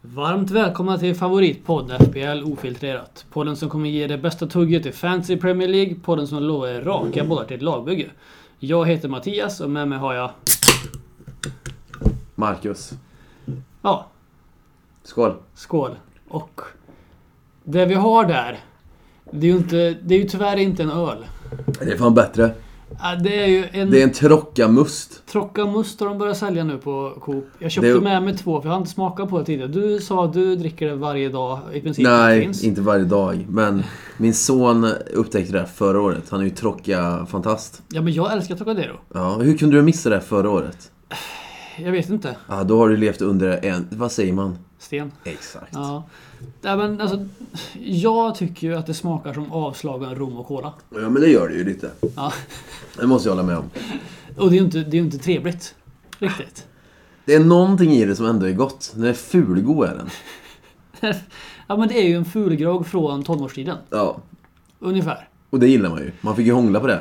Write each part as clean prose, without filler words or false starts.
Varmt välkomna till favoritpodd FPL Ofiltrerat. Podden som kommer ge det bästa tugget i Fantasy Premier League. Podden som lovar raka bollar till ett lagbygge. Jag heter Mattias och med mig har jag... Marcus. Ja. Skål. Skål. Och det vi har där, det är ju tyvärr inte en öl. Det är fan bättre. Ja, det är ju Det är en Trocca-must. Trocca-must har de börjat sälja nu på Coop. Jag köpte med mig 2 för jag har inte smakat på det tidigare. Du sa att du dricker det varje dag i princip. Nej, inte varje dag. Men min son upptäckte det förra året. Han är ju Trocca-fantast. Ja, men jag älskar Trocadero. Ja, hur kunde du missa det förra året? Jag vet inte. Ja, då har du levt under en... Vad säger man? Sten. Exakt. Ja. Nej, men alltså, jag tycker ju att det smakar som avslagen rom och cola. Ja, men det gör det ju lite. Ja. Det måste jag hålla med om. Och det är ju inte trevligt. Riktigt. Det är någonting i det som ändå är gott. Den är fulgod är den. Ja, men det är ju en fulgrogg från tonårstiden. Ja. Ungefär. Och det gillar man ju. Man fick ju hångla på det.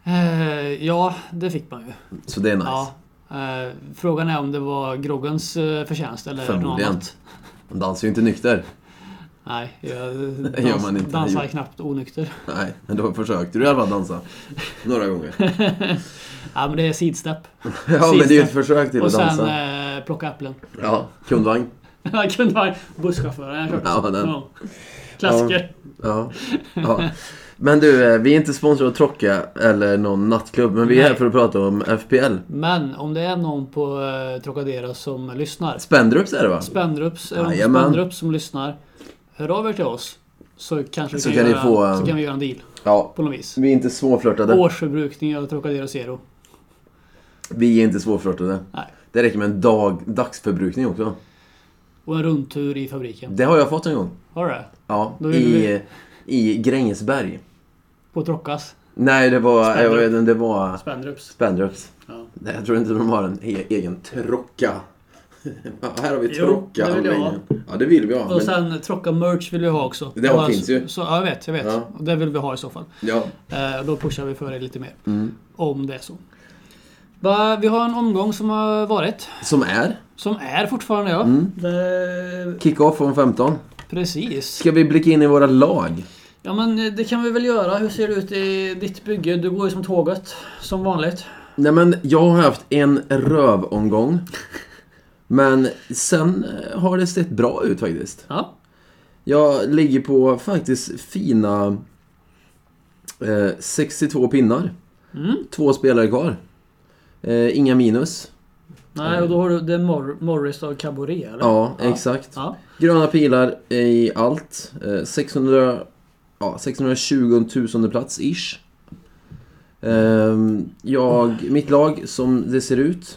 Ja, det fick man ju. Så det är nice. Ja. Frågan är om det var groggens förtjänst eller något annat. Man dansar ju inte nykter. Nej, jag dansar knappt onykter. Nej, men då försökte du i alla fall dansa några gånger. Ja, men det är sidstep. Ja, men det är ju ett försök till att dansa. Och sen plocka äpplen. Ja, kundvagn. Ja, kundvagn. Busschauffören. Ja, den. Ja. Klassiker. Ja. Men du, vi är inte sponsrade av Trocca eller någon nattklubb, men vi är här för att prata om FPL. Men om det är någon på Trocadero som lyssnar. Spendrups är det, va? Spendrups som lyssnar. Hör av er till oss. Så kanske vi kan vi göra en deal. Ja, på något vis. Vi är inte svårflörtade. Årsförbrukning av Trocadero Zero. Vi är inte svårflörtade. Nej. Det räcker med en dagsförbrukning också. Och en rundtur i fabriken. Det har jag fått en gång. Har du det? Ja, i Grängesberg. På Trockas? Nej, det var Spendrups. Ja. Nej, jag tror inte de har en egen Trocca. Här har vi Trocca. Jo, det vill jag ha. Ja, det vill vi ha. Och sen Trocca merch vill vi ha också. Det finns ju. Så, ja, jag vet. Ja. Och det vill vi ha i så fall. Ja. Då pushar vi för det lite mer. Om det är så. Vi har en omgång som har varit. Som är fortfarande, ja. Kick-off om 15. Precis. Ska vi blicka in i våra lag? Ja, men det kan vi väl göra. Hur ser det ut i ditt bygge? Du går ju som tåget, som vanligt. Nej, men jag har haft en rövomgång. Men sen har det sett bra ut faktiskt. Ja. Jag ligger på faktiskt fina 62 pinnar. 2 spelare kvar. Inga minus. Nej, och då har du det Morris och Caboret, eller? Ja, exakt. Ja. Gröna pilar i allt. 620 000 plats ish. Mitt lag som det ser ut.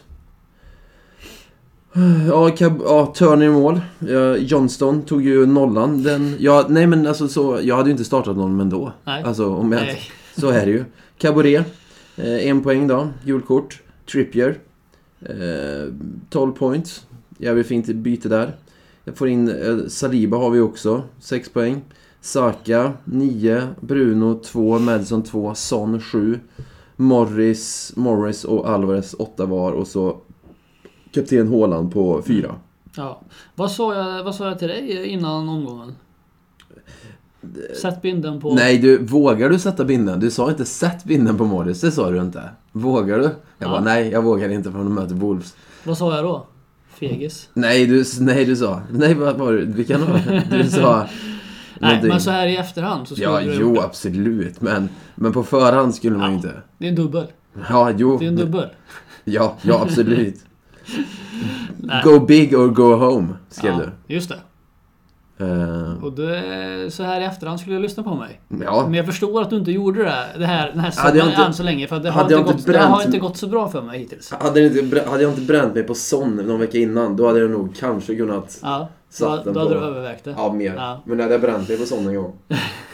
Turner i mål. Johnston tog ju nollan. Jag hade ju inte startat någon ändå. Nej. Alltså, så är det ju. Caboret. 1 poäng då. Julkort. Trippier. 12 points. Jag vill fint byte där. Jag får in Saliba har vi också. 6 poäng. Saka 9. Bruno 2. Madison 2. Son 7. Morris och Alvarez 8 var. Och så kapten Haaland på 4. Ja. Vad sa jag till dig innan omgången? Sätt binden på... Nej, vågar du sätta binden? Du sa inte sätt binden på Morris, det sa du inte. Vågar du? Jag bara, nej, jag vågar inte för att de möter Wolves. Vad sa jag då? Fegis? Nej, du sa... Nej, vad var det? Vi kan ha... Du sa... Nej, men så här i efterhand så skulle du... Jo, absolut. Men på förhand skulle man inte... Det är en dubbel. Ja, jo. Det är en dubbel. Ja, absolut. Go big or go home, skrev du. Just det. Och så här i efterhand skulle jag lyssna på mig. Ja. Men jag förstår att du inte gjorde den här säsongen än så länge. För det har inte gått så bra för mig hittills. Hade jag inte bränt mig på Son någon vecka innan, då hade jag nog kanske kunnat... Ja, då hade du övervägt det. Ja, mer. Ja. Men när jag bränt mig på Son en gång.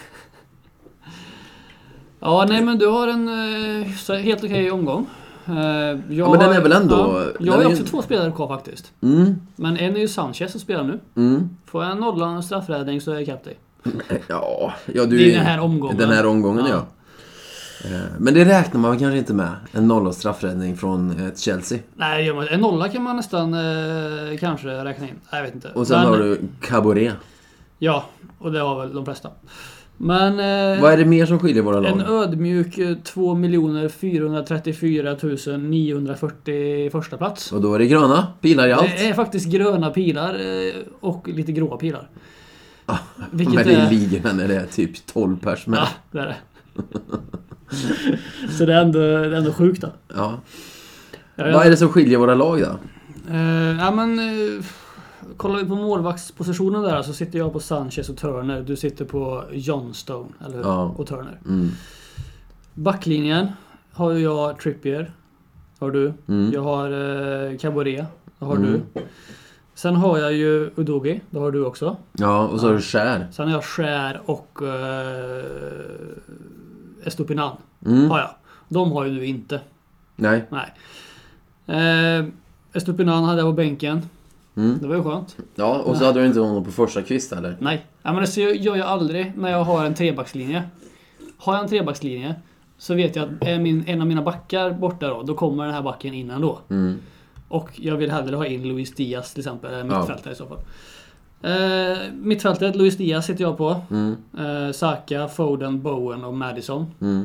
Ja, nej, men du har en helt okej omgång. Men den är väl ändå... jag har också 2 spelare kvar faktiskt. Men en är ju Sanchez som spelar nu. Får jag en nollan och straffräddning så är jag kapten. Ja, det är den här omgången. Den här omgången, ja. Men det räknar man kanske inte med. En 0 straffräddning från ett Chelsea. Nej, en 0 kan man nästan kanske räkna in. Jag vet inte. Och sen har du Caboret. Ja, och det har väl de flesta. Men vad är det mer som skiljer våra lag? En ödmjuk 2 434 940 första plats. Och då är det gröna pilar i allt. Det är faktiskt gröna pilar och lite gråa pilar. Men det är ligorna när det är typ 12 pers med. Ja, det är det. Så det är ändå sjukt då. Ja. Vad är det som skiljer våra lag då? Kollar vi på målvaktspositionen där så sitter jag på Sanchez och Turner. Du sitter på Johnstone eller och Turner. Backlinjen har jag Trippier. Har du. Jag har Caboret. Det har du. Sen har jag ju Udogi. Det har du också. Ja, och så har du Skär. Sen har jag Skär och Estupinan. Har jag. De har ju du inte. Nej. Estupinan hade jag på bänken. Det var ju skönt. Ja, och så hade du inte honom på första kvist eller? Nej, men det gör jag aldrig när jag har en trebackslinje. Har jag en trebackslinje så vet jag att är en av mina backar borta då kommer den här backen in ändå. Och jag vill hellre ha in Luis Diaz till exempel, mittfältare i så fall. Mittfältet, Luis Diaz sitter jag på. Saka, Foden, Bowen och Madison.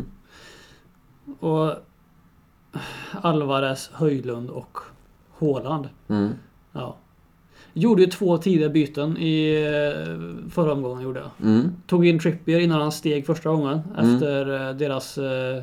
Och Alvarez, Höjlund och Haaland. Ja. Gjorde ju 2 tidiga byten i förra omgången gjorde jag. Tog in Trippier innan han steg första gången efter deras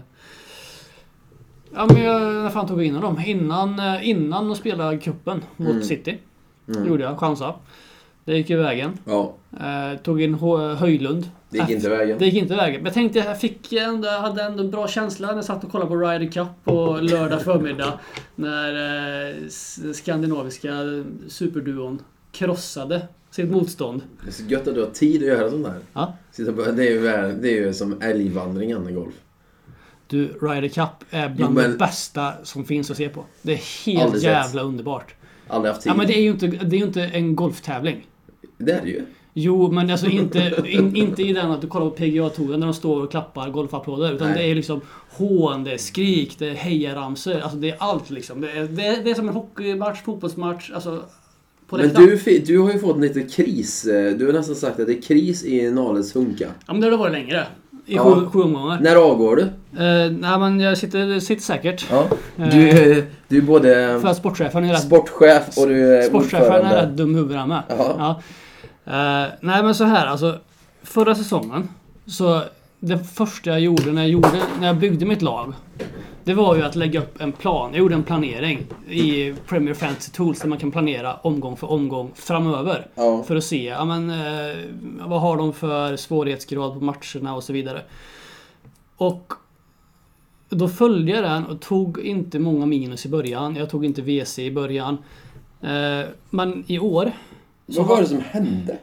när fan tog vi in dem? Innan de spelade kuppen mot City. Gjorde jag, chansa. Det gick ju vägen. Ja. Tog in Höjlund. Det gick inte vägen. Det gick inte vägen. Men jag tänkte jag hade ändå en bra känsla när jag satt och kollade på Ryder Cup på lördag förmiddag när skandinaviska superduon krossade sitt motstånd. Det är så gött att du har tid att göra sånt här. Ja. Det är ju som älgvandringen i golf. Du, Ryder Cup är bland det bästa som finns att se på. Det är helt jävla underbart. Aldrig haft tid. Ja, men det är ju inte en golftävling. Det är det ju. Jo, men alltså inte i den att du kollar på PGA-touren när de står och klappar golfapplåder. Utan det är liksom hån, det är skrik, det är hejaramsor. Alltså det är allt liksom. Det är som en hockeymatch, fotbollsmatch. Alltså, men du har ju fått en liten kris. Du har nästan sagt att det är kris i Nales hunka. Ja, men det har varit längre. I 7 omgångar. När avgår du? Nej, men jag sitter säkert. Ja. Du är både för sportchefen är sportchef och du är sportchefen är rätt dum huvud med. Ja. Nej, men så här alltså förra säsongen så det första jag gjorde när jag byggde mitt lag, det var ju att lägga upp en plan. Jag gjorde en planering i Premier Fantasy Tools där man kan planera omgång för omgång framöver. Ja. För att se vad har de för svårighetsgrad på matcherna och så vidare. Och då följde jag den och tog inte många minus i början. Jag tog inte WC i början. Men i år... Vad var det som hände?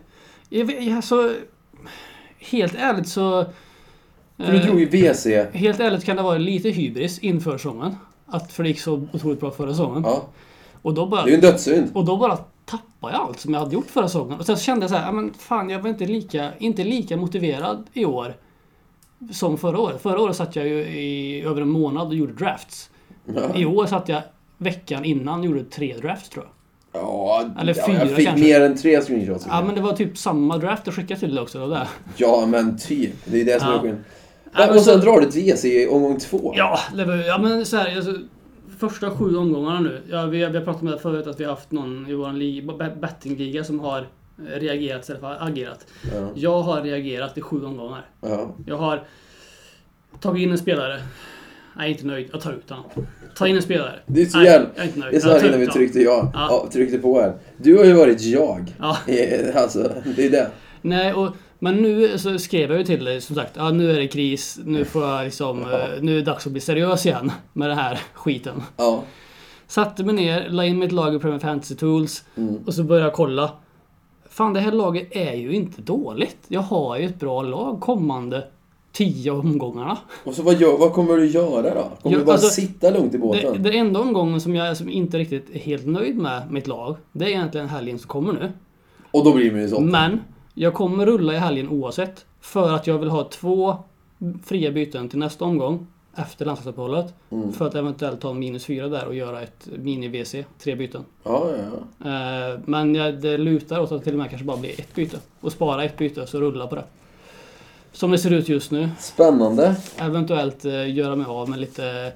Helt ärligt så... För du drog ju WC. Helt ärligt kan det vara lite hybris inför säsongen. För det gick så otroligt bra förra säsongen. Ja. Och då bara, det är ju en dödssynd. Och då bara tappade jag allt som jag hade gjort förra säsongen. Och sen kände jag så här, men fan, jag var inte lika motiverad i år som förra året. Förra året satt jag ju i över en månad och gjorde drafts. Ja. I år satt jag veckan innan och gjorde 3 drafts tror jag. Ja, eller 4 jag fick kanske. Mer än 3 screenshots. Ja, men det var typ samma draft jag skickade till dig också. Det där. Ja, men typ. Det är det som är skillnaden. Och sen drar du ett WC i omgång 2. Ja, men så här, alltså, första 7 omgångarna nu. Ja, vi har pratat med det förut att vi har haft någon i vår bettingliga som har reagerat istället för agerat. Ja. Jag har reagerat i 7 omgångar. Ja. Jag har tagit in en spelare. Jag är inte nöjd. Jag tar ut honom. Ta in en spelare. Det är så jävla... Jag är inte nöjd. Det är så här innan vi tryckte på här. Du har ju varit jag. Ja. Alltså, det är det. Nej, men nu så skrev jag ju till dig som sagt. Ja, nu är det kris. Nu får jag liksom... Nu är det dags att bli seriös igen med den här skiten. Ja. Satte mig ner, la in mitt lag i Premier Fantasy Tools. Och så började jag kolla. Fan, det här laget är ju inte dåligt. Jag har ju ett bra lag kommande 10 omgångarna. Och så vad kommer du göra då? Kommer du bara sitta lugnt i båten? Det enda omgången som jag inte riktigt är helt nöjd med mitt lag, det är egentligen helgen som kommer nu. Och då blir det ju så. Men jag kommer rulla i helgen oavsett. För att jag vill ha 2 fria byten till nästa omgång. efter landslagsuppehållet för att eventuellt ta -4 där och göra ett mini-WC, 3 byten. Ja. Men det lutar åt att till och med kanske bara blir ett byte. Och spara ett byte och så rulla på det. Som det ser ut just nu. Spännande. Eventuellt göra mig av med lite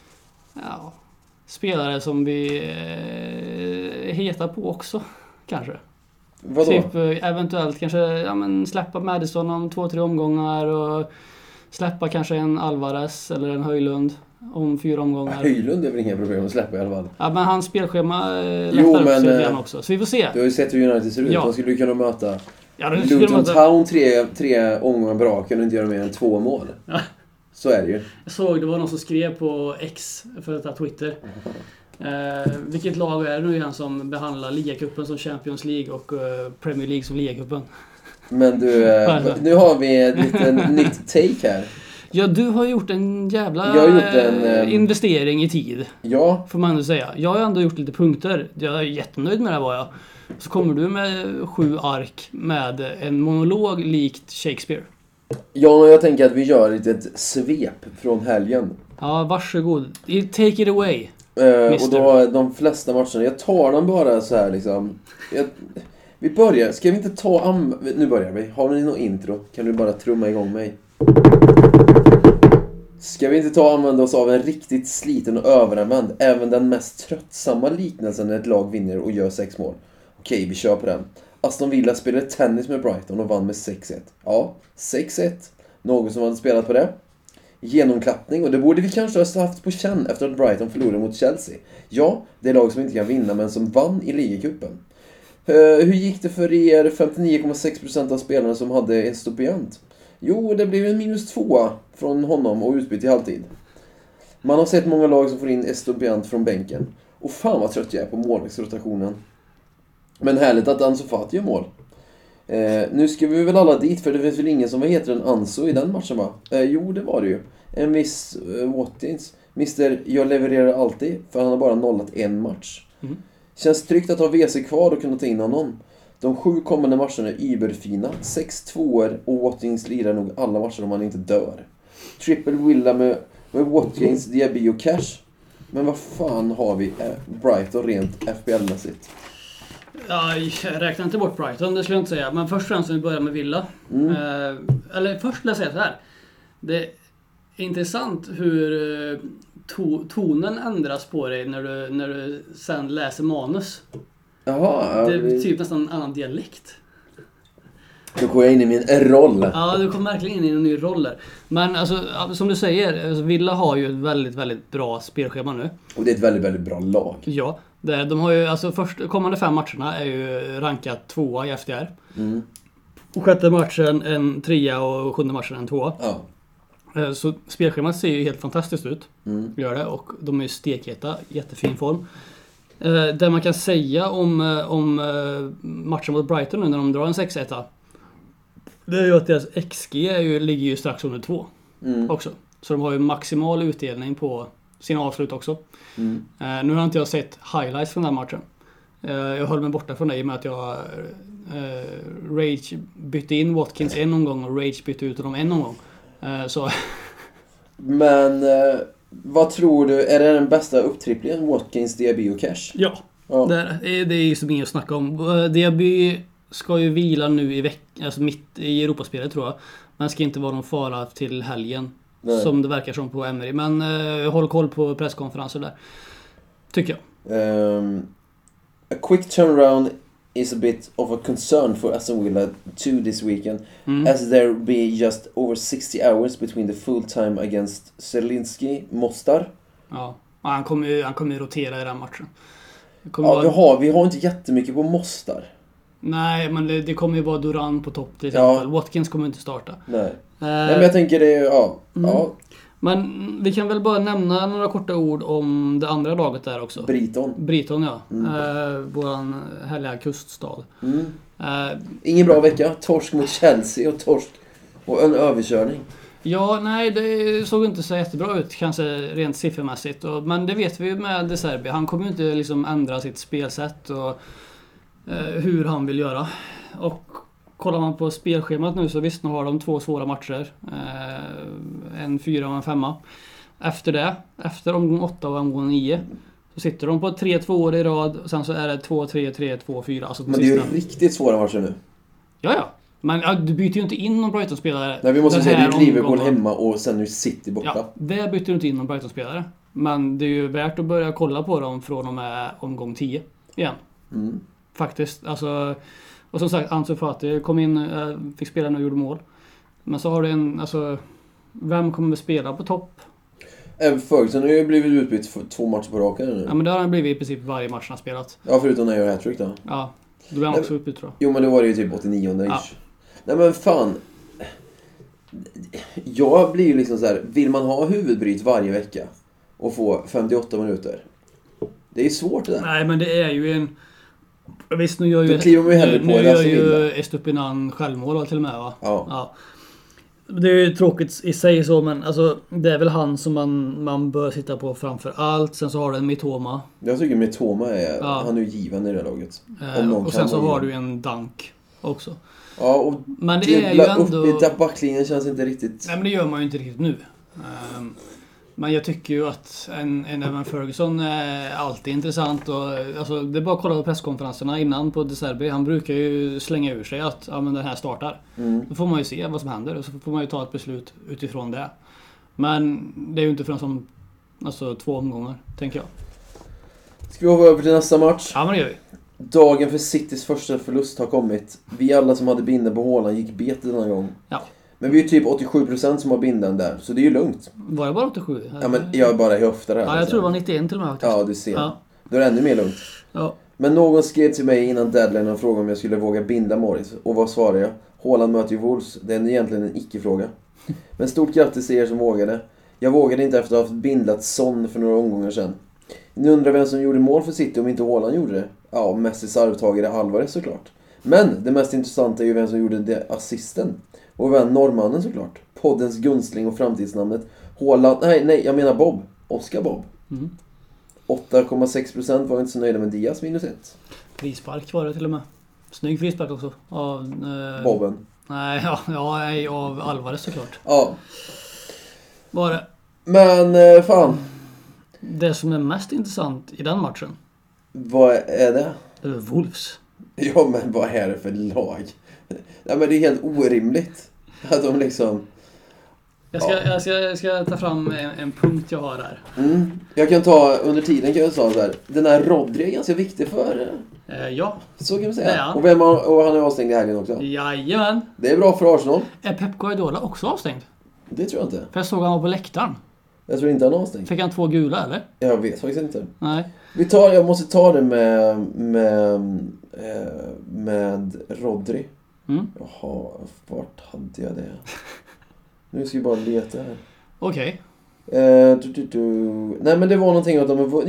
spelare som vi hetar på också, kanske. Vadå? Typ eventuellt kanske släppa Madison om 2-3 omgångar och släppa kanske en Alvarez eller en Höjlund om 4 omgångar. Höjlund är väl inga problem att släppa i alla fall. Ja, men hans spelschema lättar upp sig igen också. Så vi får se. Du har ju sett hur United ser ut. Då skulle du kunna möta Luton Town 3 omgångar bra. Kan du inte göra mer än 2 mål. Ja. Så är det ju. Jag såg det var någon som skrev på X för att ta Twitter. Vilket lag är det nu igen som behandlar ligacupen som Champions League och Premier League som ligacupen? Men du, nu har vi ett litet nytt take här. Ja, du har gjort en jävla investering i tid. Ja. Får man ändå säga. Jag har ändå gjort lite punkter. Jag är jättenöjd med det var jag. Så kommer du med 7 ark med en monolog likt Shakespeare. Ja, jag tänker att vi gör ett litet svep från helgen. Ja, varsågod. Take it away. Och då de flesta matcherna, jag tar dem bara så här liksom. Vi börjar, ska vi inte ta nu börjar vi. Har ni något intro? Kan du bara trumma igång mig? Ska vi inte använda oss av en riktigt sliten och överanvänd, även den mest tröttsamma liknelsen när ett lag vinner och gör 6 mål? Okej, vi kör på den. Aston Villa spelade tennis med Brighton och vann med 6-1. Ja, 6-1. Någon som hade spelat på det? Genomklappning, och det borde vi kanske ha haft på känn efter att Brighton förlorade mot Chelsea. Ja, det är lag som inte kan vinna men som vann i ligacupen. Hur gick det för er 59,6% av spelarna som hade Estupiant? Jo, det blev en -2 från honom och utbyte i halvtid. Man har sett många lag som får in Estupiant från bänken. Och fan vad trött jag är på målvaktsrotationen. Men härligt att Ansu Fati gör mål. Nu ska vi väl alla dit, för det finns väl ingen som heter en Ansu i den matchen, va? Jo, det var det ju. En viss Watkins. Mister, jag levererar alltid, för han har bara nollat en match. Känns tryggt att ha WC kvar och kunna ta in honom. De 7 kommande matcherna är überfina. 6-2 och Watkins lirar nog alla matcher om han inte dör. Triple Villa med Watkins, Diaby och Cash. Men vad fan har vi Brighton rent FPL-mässigt? Ja, jag räknar inte bort Brighton, det skulle jag inte säga. Men först och främst vi börjar med Villa. Eller först vill jag säga så här. Det är intressant hur tonen ändras på dig när du sen läser manus. Jaha, det är typ nästan en annan dialekt. Då går jag in i min roll. Ja, du kommer verkligen in i en ny roll där. Men alltså, som du säger, alltså, Villa har ju ett väldigt, väldigt bra spelschema nu. Och det är ett väldigt, väldigt bra lag. Ja, de har ju, alltså kommande 5 matcherna är ju rankat 2 i FDR. Och 6:e matchen en 3 och 7:e matchen en 2. Ja. Så spelschemat ser ju helt fantastiskt ut. Gör det, och de är ju stekheta, jättefin form. Det man kan säga om matchen mot Brighton nu när de drar en 6-1, det är ju att deras XG ligger ju strax under 2 också. Så de har ju maximal utdelning på sina avslut också. Nu har inte jag sett highlights från den här matchen. Jag höll mig borta från det i och med att jag Rage bytte in Watkins en omgång och Rage bytte ut honom en omgång. Så. Men vad tror du, är det den bästa upptripplingen Watkins, Diaby och Cash? Ja. Det är ju så mycket att snacka om. Diaby ska ju vila nu i veckan, alltså mitt i Europaspelet tror jag. Men ska inte vara någon fara till helgen. Nej. Som det verkar som på Emery. Men håll koll på presskonferenser där. Tycker jag. A quick turnaround is a bit of a concern for Aston Villa too this weekend. As there be just over 60 hours between the full time against Zielinski, Mostar. Ja, han kommer ju rotera i den matchen. Vi har inte jättemycket på Mostar. Nej, men det kommer ju vara Duran på topp till exempel. Watkins kommer inte starta. Nej. Nej, men jag tänker det är ja. Men vi kan väl bara nämna några korta ord om det andra laget där också. Brighton, ja. Våran härliga kuststad. Ingen bra vecka. Torsk mot Chelsea och torsk och en överkörning. Ja, nej, det såg inte så jättebra ut kanske rent siffermässigt. Men det vet vi ju med De Serbi. Han kommer ju inte liksom ändra sitt spelsätt och hur han vill göra. Och kollar man på spelschemat nu så visst, nu har de 2 svåra matcher. En 4 och en 5. efter omgång 8 och omgång 9, så sitter de på 3-2 år i rad. Och sen så är det 2-3, 3-2, 4. Alltså men det är ju riktigt svåra matcher nu. Ja. Men du byter ju inte in någon Brighton-spelare. Nej, vi måste säga det är Liverpool hemma och sen nu City borta. Ja, det byter du inte in någon Brighton-spelare. Men det är ju värt att börja kolla på dem från och med omgång 10 igen. Faktiskt. Alltså, och som sagt, Ansu Fati kom in, fick spela nu och gjorde mål. Men så har du vem kommer att spela på topp? Ferguson har ju blivit utbytt för 2 matcher på raken nu. Ja, men det har han blivit i princip varje match han spelat. Ja, förutom när jag gör hattrick då. Ja, då blir han också utbytt, tror jag. Jo, men det var det ju typ 89-ish. Ja. Nej, men fan. Jag blir ju liksom så här, vill man ha huvudbryt varje vecka och få 58 minuter? Det är ju svårt det där. Nej, men det är ju en... Visst, nu gör ju... Då kliver man ju hellre på nu det. gör ju Estupinan självmål till och med, va? Ja. Det är ju tråkigt i sig så, men alltså, det är väl han som man bör sitta på framför allt. Sen så har du en Mitoma. Jag tycker Mitoma han är ju given i det här laget. Och sen så har du en Dunk också. Ja, och men det är ju ändå... Uppe i backlinjen känns inte riktigt... Nej, men det gör man ju inte riktigt nu. Men jag tycker ju att en Evan Ferguson är alltid intressant. Och, alltså, det är bara att kolla på presskonferenserna innan på De Zerbi. Han brukar ju slänga ur sig att men den här startar. Då får man ju se vad som händer och så får man ju ta ett beslut utifrån det. Men det är ju inte förrän som 2 omgångar, tänker jag. Ska vi hoppa över till nästa match? Ja, men det gör vi. Dagen för Citys första förlust har kommit. Vi alla som hade binden på Haaland gick bet denna gång. Ja. Men vi är typ 87% som har binden där, så det är ju lugnt. Var det bara 87? Ja, men jag bara höftar det här. Ja, jag tror det var 91 till och med faktiskt. Ja, du ser. Ja. Då är det ännu mer lugnt. Ja. Men någon skrev till mig innan deadline och frågade om jag skulle våga binda Morris. Och vad svarade jag? Haaland möter ju Wolves. Det är egentligen en icke-fråga. Men stort grattis till er som vågade. Jag vågade inte efter att ha haft bindlat Son för några omgångar sedan. Ni undrar vem som gjorde mål för City om inte Haaland gjorde det? Ja, Messis arvtagare Alvarez såklart. Men det mest intressanta är ju vem som gjorde assisten. Och vem norrmannen såklart. Poddens gunstling och framtidsnamnet. Haaland, nej, jag menar Bob. Oscar Bob. 8,6% var inte så nöjda med Diaz -1. Frispark var det till och med. Snygg frispark också. Av Bobben. Nej, av Alvarez såklart. Ja. Var det. Men fan. Det som är mest intressant i den matchen. Vad är det? Wolves. Ja, men vad är det för lag? Nej, men det är helt orimligt. Att de liksom... Jag ska ta fram en punkt jag har där. Jag kan ta, under tiden kan jag säga så här. Den här Rodri är ganska viktig för... Ja. Så kan man säga. Ja. Och han är avstängd i helgen också. Jajamän. Det är bra för Arsenal. Är Pep Guardiola också avstängd? Det tror jag inte. För jag såg han var på läktaren. Jag tror inte han är avstängd. Fick han 2 gula, eller? Jag vet faktiskt inte. Nej. Jag måste ta det med Rodri. Jaha, vart hade jag det? Nu ska vi bara leta här. Okej. Nej, men det var någonting att de har...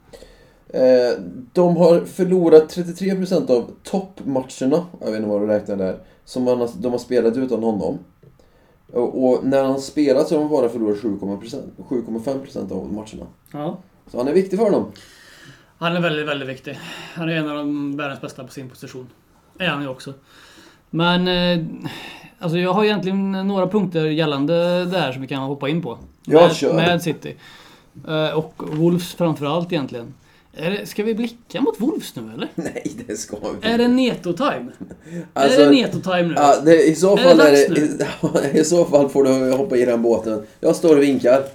de har förlorat 33% av toppmatcherna. Jag vet inte vad du räknar där. Som de har spelat utan honom. Och när han spelat så har de bara förlorat 7,5% av matcherna. Ja. Så han är viktig för dem. Han är väldigt, väldigt viktig. Han är en av de världens bästa på sin position. Är han ju också. Men alltså jag har egentligen några punkter gällande där som vi kan hoppa in på. Med City. Och Wolves framförallt egentligen. Ska vi blicka mot Wolves nu eller? Nej, det ska vi inte. Är det Neto-time? Alltså, är det Neto-time nu? Ja, i så fall i så fall får du hoppa i den båten. Jag står och vinkar.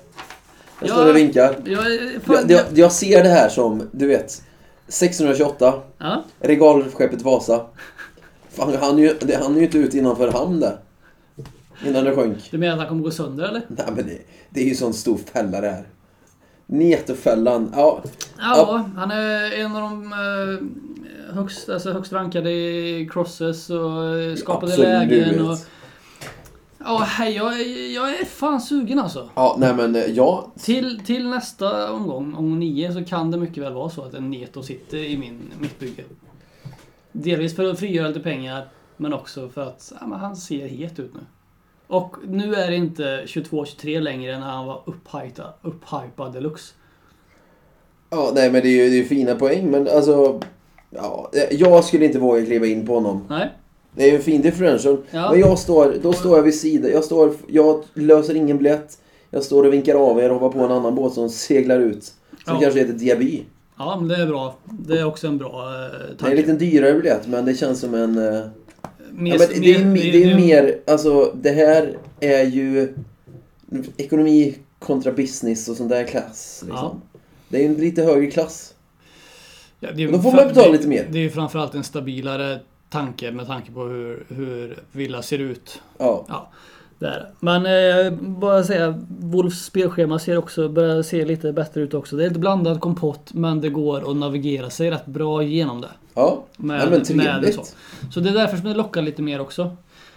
Jag ser det här som, du vet, 1628. Ja. Regalskeppet Vasa. Fan, han är ju inte ut innanför hamn där. Innan det sjönk. Du menar att han kommer gå sönder eller? Nej, men det är ju sån stor fälla det här. Netofällan. Ja, han är en av de högst rankade i crosses och skapade lägen och... Ja, jag är fan sugen alltså. Ja, nej men ja. Till nästa omgång 9 så kan det mycket väl vara så att en Neto sitter i mitt bygge. Delvis för att frigöra lite pengar, men också för att han ser het ut nu. Och nu är det inte 22-23 längre när han var upphypad deluxe. Ja, nej men det är ju fina poäng, men alltså jag skulle inte våga kliva in på honom. Nej. Det är ju en fin differential. Ja. Men då står jag vid sidan. Jag löser ingen biljett. Jag står och vinkar av er och hoppar på en annan båt som seglar ut. Som kanske heter Diaby. Ja, men det är bra. Det är också en bra tanke. Det är en liten dyrare biljett, men det känns som en... det är mer... Alltså, det här är ju ekonomi kontra business och sån där klass. Liksom. Ja. Det är en lite högre klass. Ja, då får man betala lite mer. Det är ju framförallt en stabilare tanke med tanke på hur Villa ser ut. Ja. Där. Men bara säga, Wolves spelschema börjar se lite bättre ut också. Det är inte blandad kompott, men det går att navigera sig rätt bra genom det. Ja, men trevligt. Så det är därför som det lockar lite mer också.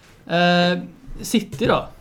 City då?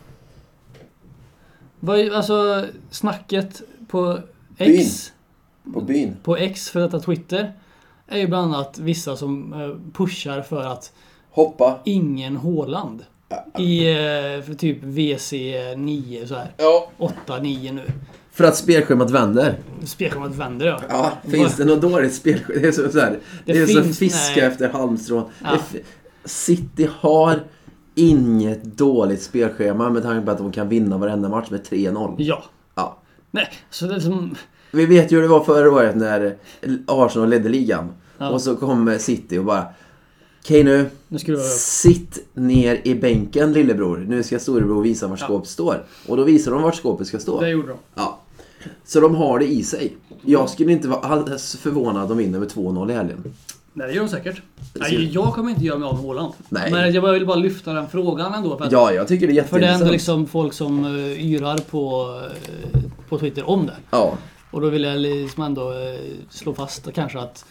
Alltså snacket på X. På X, för detta Twitter, är ju bland annat vissa som pushar för att hoppa ingen Haaland i för typ VC9 så här. 8-9 nu. För att spelschemat vänder. Spelschemat vänder, ja. Ja, finns det något dåligt spelschema? Det är så här. Det är så fiska efter halmstrå. Ja. City har inget dåligt spelschema med tanke på att de kan vinna varenda match med 3-0. Ja. Nej, så det är som... Vi vet ju hur det var förra året när Arsenal ledde ligan. Ja. Och så kom City och bara... Okej nu sitt ner i bänken, lillebror. Nu ska storebror visa vart skåpet står. Och då visar de vart skåpet ska stå. Det gjorde de. Ja. Så de har det i sig. Jag skulle inte vara alldeles förvånad att de vinner med 2-0 i helgen. Nej, det gör de säkert. Nej, jag kommer inte göra mig av med Haaland. Nej. Men jag vill bara lyfta den frågan ändå. För att, jag tycker det är jätteintressant. För det är ändå liksom folk som yrar på Twitter om det. Ja. Och då vill jag liksom ändå slå fast kanske att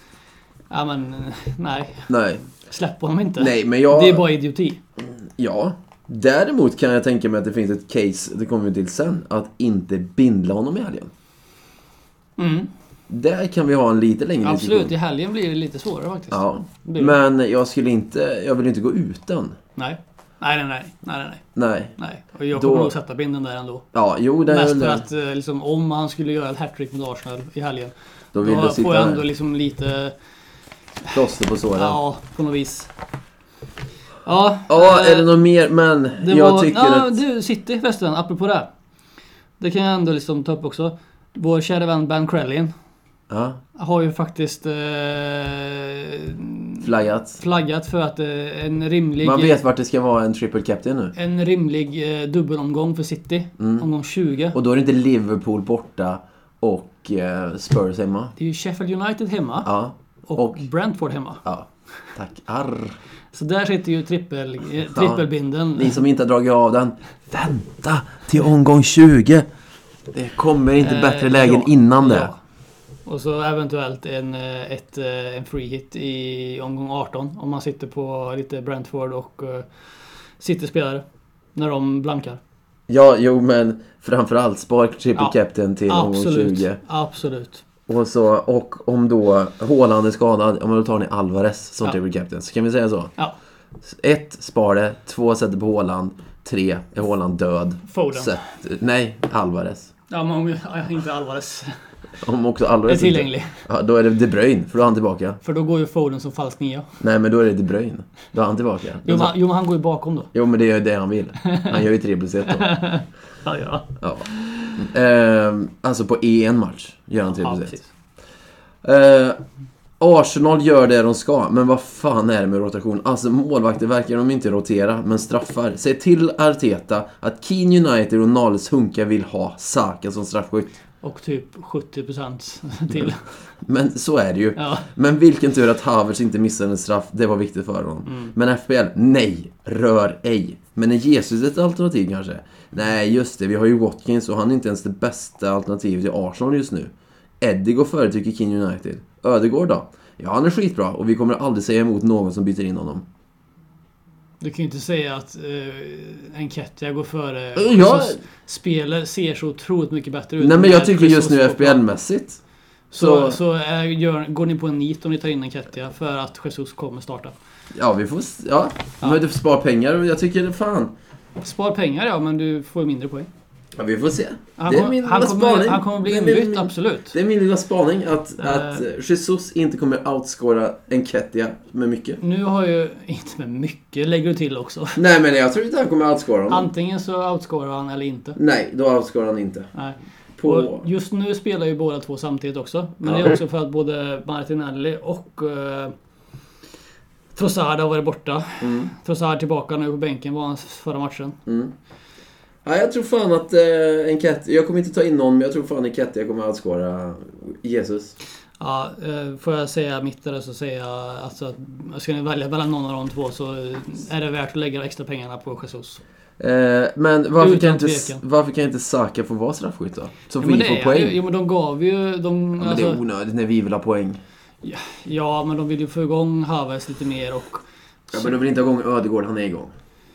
nej. Släpp honom inte. Nej, men det är bara idioti. Ja. Däremot kan jag tänka mig att det finns ett case, det kommer vi till sen, att inte bindla honom i helgen. Där kan vi ha en lite längre diskussion. Absolut, i helgen blir det lite svårare faktiskt. Ja. Men jag vill inte gå utan. Nej. Och jag kommer nog sätta binden där ändå. Ja, jo, det mest för att liksom, om han skulle göra ett hattrick med Arsenal i helgen, då får jag ändå liksom lite plåster på såren. Ja, på något vis. Ja, är det något mer? Men du, City förresten, apropå det. Det kan jag ändå liksom ta upp också. Vår kära vän Ben Crellin har ju faktiskt flaggat för att en rimlig... Man vet vart det ska vara en triple captain nu. En rimlig dubbelomgång för City. Omgång 20. Och då är det inte Liverpool borta och Spurs hemma. Det är ju Sheffield United hemma. Och Brentford hemma. Ja, tack. Så där sitter ju trippelbinden. Ni som inte har dragit av den, vänta till omgång 20. Det kommer inte bättre lägen innan det. Ja. Och så eventuellt en free hit i omgång 18 om man sitter på lite Brentford och City-spelare när de blankar. Ja, jo, men framförallt spar triple captain till omgång 20. Absolut. Och om då Haaland är skadad, då tar ni Alvarez som triple captain. Så kan vi säga så. Ja. 1, spar det. 2, sätter på Haaland. 3, är Haaland död. Foden. Nej, Alvarez. Ja, men inte Alvarez. Om också Alvarez är tillgänglig. Ja, då är det De Bruyne, för då är han tillbaka. För då går ju Foden som falsk nia. Nej, men då är det De Bruyne. Då är han tillbaka. Jo, men han går ju bakom då. Jo, men det är det han vill. Han gör ju 3+1 då. Ja. Alltså på en match gör han 3+1. Arsenal gör det de ska, men vad fan är det med rotation? Alltså målvakter verkar de inte rotera, men straffar. Säg till Arteta att Keane United och Nales Hunka vill ha Saka som straffskytt. Och typ 70% till. Men så är det ju. Ja. Men vilken tur att Havertz inte missade en straff. Det var viktigt för honom. Men FPL, nej, rör ej. Men är Jesus ett alternativ kanske? Nej, just det. Vi har ju Watkins och han är inte ens det bästa alternativet till Arsenal just nu. Eddie går före, tycker King United. Ödegård då? Ja, han är skitbra och vi kommer aldrig säga emot någon som byter in honom. Du kan ju inte säga att Nketiah går före. Spelet ser så otroligt mycket bättre ut. Nej, men jag tycker just nu FPL-mässigt. Så går ni på en nit om ni tar in Nketiah för att Jesus kommer starta. Ja, vi får... Ja. Men du får spara pengar och jag tycker det fan. Spar pengar, ja, men du får mindre poäng. Ja, vi får se. Han kommer bli inbytt, absolut. Det är min lilla spaning att Jesus inte kommer outscora Nketiah med mycket. Nu har ju inte med mycket, lägger du till också. Nej, men jag tror inte han kommer outscora honom. Antingen så outscorar han eller inte. Nej, då outscorar han inte. Nej. Och just nu spelar ju båda två samtidigt också. Men det är också för att både Martinelli och Trossard har varit borta. Trossard tillbaka nu på bänken var han förra matchen. Ja, jag tror fan att Nketiah, jag kommer inte ta in någon, men jag tror fan Nketiah kommer att outscora Jesus. Ja, får jag säga mitt eller så säger jag alltså att ska ni välja mellan någon av de två så är det värt att lägga extra pengarna på Jesus. Men varför kan inte Saka få vara straffskytt då? Så vi får poäng. Jo, men de gav ju... men det är onödigt när vi vill ha poäng. Ja, men de vill ju få igång Havertz lite mer och... Ja, men de vill inte ha igång Ödegaard, han är igång.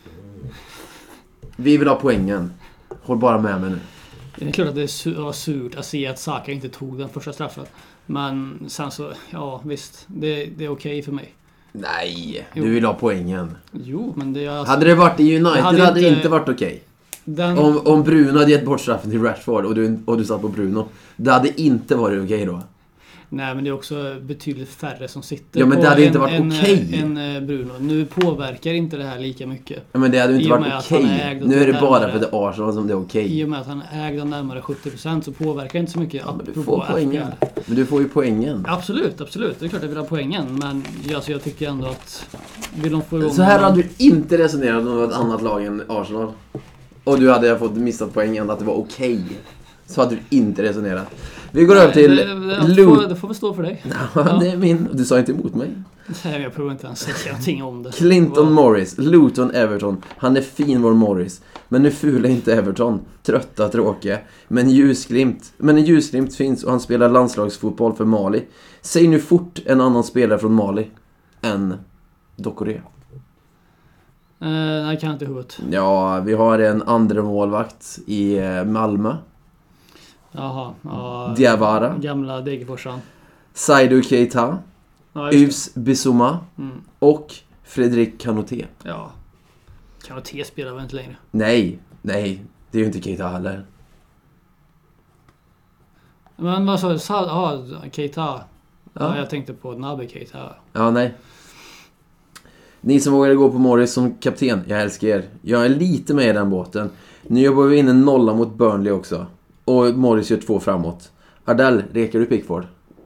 Vi vill ha poängen. Håll bara med mig nu. Det är klart att det var surt att se att Saka inte tog den första straffen. Men sen så, ja visst, det är okej för mig. Nej, du vill ha poängen. Jo, men det är alltså, hade det varit i United hade det inte varit okej. Om Bruno hade gett bort straffen till Rashford och du satt på Bruno, det hade inte varit okej då. Nej, men det är också betydligt färre som sitter ja, men det hade inte varit okej. En Bruno. Nu påverkar inte det här lika mycket. Ja, men det hade inte varit okej. Nu är det bara för det Arsenal som det är okej. I och med att han ägde närmare 70% så påverkar det inte så mycket. Ja, men du får poängen. Men du får ju poängen. Absolut. Det är klart att jag vill ha poängen. Men alltså, jag tycker ändå att vill de få igång... Så här hade du inte resonerat om något annat lag än Arsenal. Och du hade fått missat poängen att det var okej. Så hade du inte resonerat. Vi går över till det får väl stå för dig. Ja, det är min. Du sa inte emot mig. Nej, jag provar inte ens säga någonting om det. Clinton Morris, Luton Everton. Han är fin, vår Morris. Men nu fular inte Everton. Trötta, tråkiga. Men en ljusglimt finns och han spelar landslagsfotboll för Mali. Säg nu fort en annan spelare från Mali än Dokore. Nej, kan inte huvudet. Ja, vi har en andra målvakt i Malmö. Jaha, Diawara. Gamla Degerforsan. Saidou Keita. Yves Bissouma. Och Fredrik Kanoté. Ja. Kanoté spelar väl inte längre? Nej, det är ju inte Keita heller. Men vad sa du? Keita. Ja, jag tänkte på Naby Keita. Ja, nej. Ni som vågade gå på Morris som kapten, jag älskar er. Jag är lite med i den båten. Nu jobbar vi in en nolla mot Burnley också. Och Morris gör 2 framåt. Ardell, rekar du Pickford?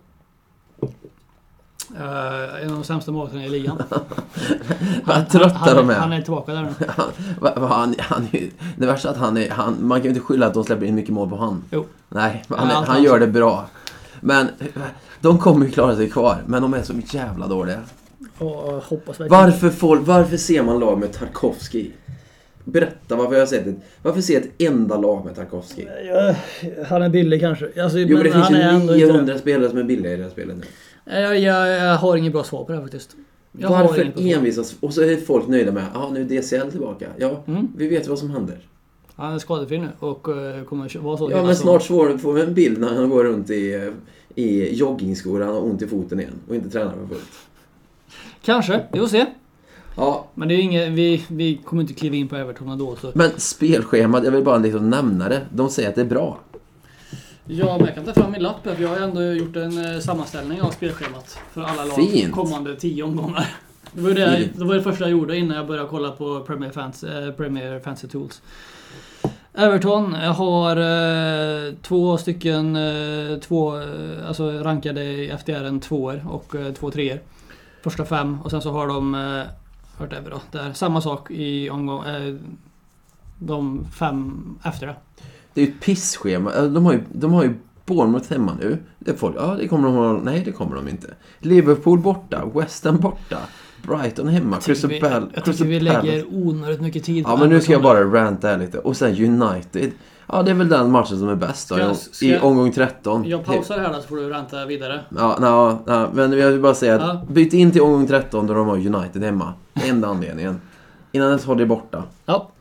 En av de sämsta målen i ligan. Vad trötta de är. Han är tillbaka där nu. Det värsta att man kan ju inte skylla att de släpper in mycket mål på han. Jo. Nej, han gör det bra. Men de kommer ju klara sig kvar. Men de är så jävla dåliga. Hoppas verkligen. Varför ser man lag med Tarkovsky? Berätta varför jag har sett det. Varför ser ett enda lag med Tarkovsky? Han är billig kanske. Alltså, jo, men det finns ju 900 spelare som är billiga i det här spelet nu. Jag har ingen bra svar på det här faktiskt. Varför envisas? Och så är folk nöjda med nu är DCL tillbaka. Ja, vi vet vad som händer. Han är skadefri nu och kommer vara så. Ja, men snart får vi en bild när han går runt i joggingskor. Han har ont i foten igen och inte tränar för fullt. Kanske, vi får se. Ja. Men det är inget, vi kommer inte kliva in på Everton då. Så. Men spelschemat, jag vill bara liksom nämna det. De säger att det är bra. Ja, men jag kan ta fram min lapp. Jag har ändå gjort en sammanställning av spelschemat för alla lag. Fint. Kommande 10 omgångar. Det var det första jag gjorde innan jag började kolla på Premier Fantasy Tools. Everton har 2 stycken alltså rankade i FDR 2 och 2 3. Första 5 och sen så har de hört över då där samma sak i omgång de 5 efter det. Det är ju ett pisschema. De har ju Bournemouth hemma nu. Det folk, det kommer de ha. Nej, det kommer de inte. Liverpool borta, West Ham borta, Brighton hemma, Crystal Palace. Jag tycker vi lägger onödigt mycket tid på. Ja, men nu ska jag bara ranta här lite. Och sen United. Ja, det är väl den matchen som är bäst då, i omgång 13. Jag pausar här då så får du ranta vidare. Ja, men jag vill bara säga att byt in till omgång 13 då de har United hemma. Enda anledningen. Innan dess har det borta. Ja.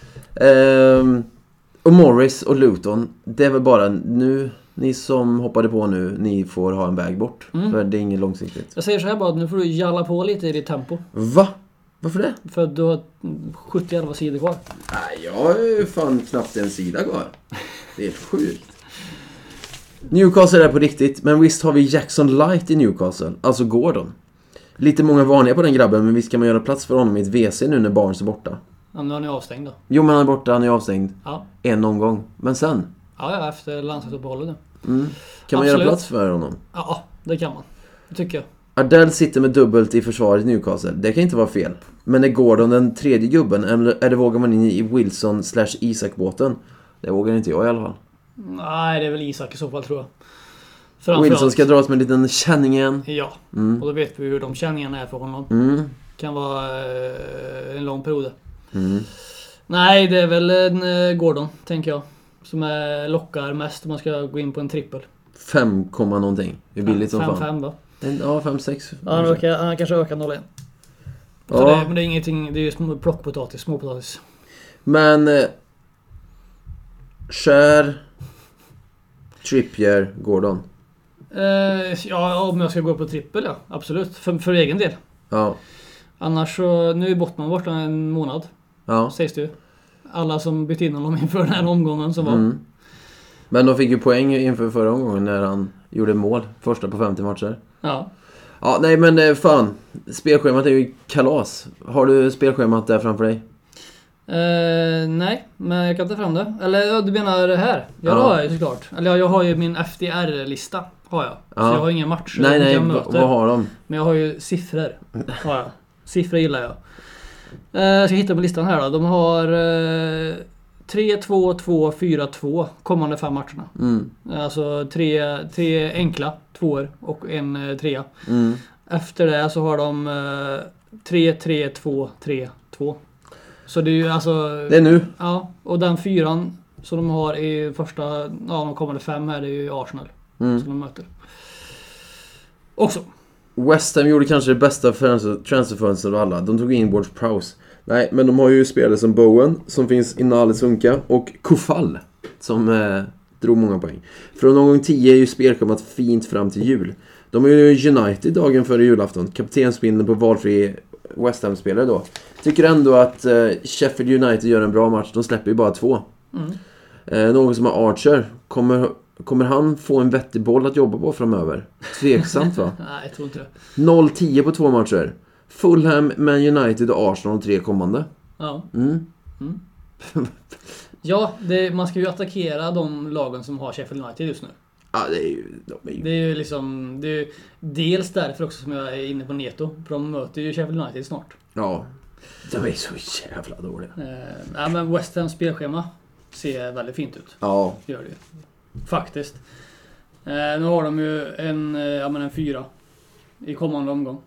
Och Morris och Luton, det är väl bara nu, ni som hoppade på nu, ni får ha en väg bort. För det är inget långsiktigt. Jag säger så här bara, nu får du jalla på lite i ditt tempo. Va? Varför det? För att du har 70 sidor kvar. Nej, jag har ju fan knappt en sida kvar. Det är sjukt. Newcastle är på riktigt, men visst har vi Jackson Light i Newcastle, alltså Gordon. Lite många vanliga på den grabben, men visst kan man göra plats för honom i ett WC nu när Barnes är borta. Ja, nu är han ju avstängd då. Jo, men han är borta, han är avstängd. Ja. En omgång. Men sen? Ja, efter landslagsuppehållet nu. Kan man göra plats för honom? Ja, det kan man. Det tycker jag. Ardell sitter med dubbelt i försvaret i Newcastle. Det kan inte vara fel. Men är Gordon den tredje gubben? Eller vågar man in i Wilson/Isak-båten? Det vågar inte jag i alla fall. Nej, det är väl Isak i så fall, tror jag. Wilson ska dras med en liten känning igen. Ja, och då vet vi hur de känningarna är för honom. Kan vara en lång period. Nej, det är väl en Gordon, tänker jag. Som lockar mest om man ska gå in på en trippel. 5, någonting. Det är billigt som fan. 5 då. Ja, 5-6. Ja, han kanske ökar 0-1. Ja. Men det är ingenting, det är ju plockpotatis, småpotatis. Men Skär, Trippier, Gordon. Ja, om jag ska gå på trippel, ja. Absolut. För egen del. Ja. Annars så, nu är Bottman borta en månad. Ja. Sägs det ju. Alla som bytt in honom inför den här omgången som var. Men de fick ju poäng inför förra omgången när han gjorde mål. Första på 50 matcher. Ja. Ja, nej men fan. Spelschemat är ju kalas. Har du spelschemat där framför dig? Nej, men jag kan ta fram det. Eller du menar det här? Ja, det har jag ju såklart. Eller jag har ju min FDR-lista. Har jag. Så jag har ingen match. Nej, vad har de? Men jag har ju siffror. Har jag. Siffror gillar jag. Jag ska hitta på listan här då. De har 3-2-2-4-2 kommande 5 matcherna. Alltså 3 enkla tvåor och en trea. Efter det så har de 3-3-2-3-2. Så det är ju alltså... Det är nu. Ja, och den 4 som de har i första... de kommande 5 här, det är ju Arsenal som de möter. Också. West Ham gjorde kanske det bästa transferfönstret av alla. De tog in Ward-Prowse. Nej, men de har ju spelare som Bowen, som finns i Nales Unka, och Kufall, som drog många poäng. Från omgång 10 är ju spelschemat fint fram till jul. De är ju United dagen före julafton. Kaptensbindeln på valfri West Ham-spelare då. Tycker ändå att Sheffield United gör en bra match. De släpper ju bara 2. Någon som har Archer. Kommer han få en vettig boll att jobba på framöver? Tveksamt va? Nej, jag tror inte det. 0-10 på 2 matcher. Fulham, Man United och Arsenal 3 kommande. Ja. Ja, man ska ju attackera de lagen som har Sheffield United just nu. Ja, det är ju liksom... Det är ju dels därför också som jag är inne på Neto. För de möter ju Sheffield United snart. Ja, de är så jävla dåliga. Nej, men West Ham spelschema ser väldigt fint ut. Ja. Det gör det ju. Faktiskt. Nu har de ju en 4 i kommande omgång.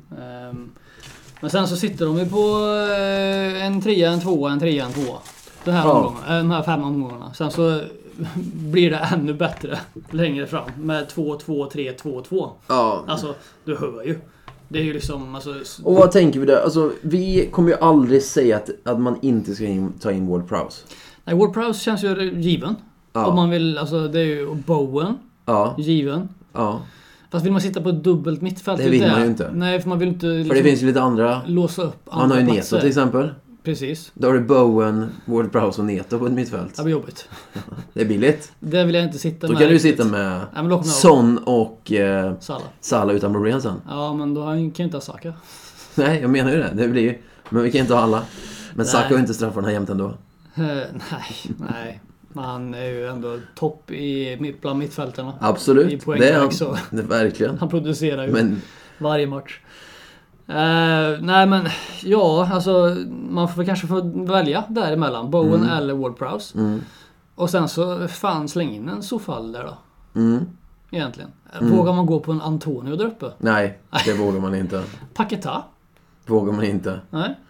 Men sen så sitter de ju på en 3, en 2, en 3, en 2. Den här omgången, de här 5 omgångarna. Sen så blir det ännu bättre längre fram med 2, 2, 3, 2, 2. Ja. Alltså, du hör ju. Det är ju liksom... Alltså, och vad tänker vi där? Alltså, vi kommer ju aldrig säga att man inte ska ta in Ward-Prowse. Nej, Ward-Prowse känns ju given. Om man vill, alltså det är ju Bowen. Given. Ja. Fast vill man sitta på ett dubbelt mittfält? Det vill man ju inte. Nej, för man vill inte... Liksom, för det finns ju lite andra... Låsa upp andra man har ju platser. Neto till exempel. Precis. Då har du Bowen, Ward-Prowse och Neto på ett mittfält. Det blir jobbigt. Det är billigt. Det vill jag inte sitta då med. Då kan du sitta med Son och Salah utan problem sen. Ja, men då kan ju inte ha Saka. Nej, jag menar ju det. Det blir ju... Men vi kan inte ha alla. Men Saka har inte straffarna jämt ändå. Nej. Han är ju ändå topp bland mittfältarna. Absolut. I poängväg, det är han. Så. Det är verkligen. Han producerar ju varje match. Nej men ja, alltså man får kanske få välja däremellan Bowen eller Ward-Prowse. Och sen så fan släng in en Sofall där då. Egentligen. Vågar man gå på en Antonio där uppe? Nej, det vågar man inte. Paketa? Vågar man inte.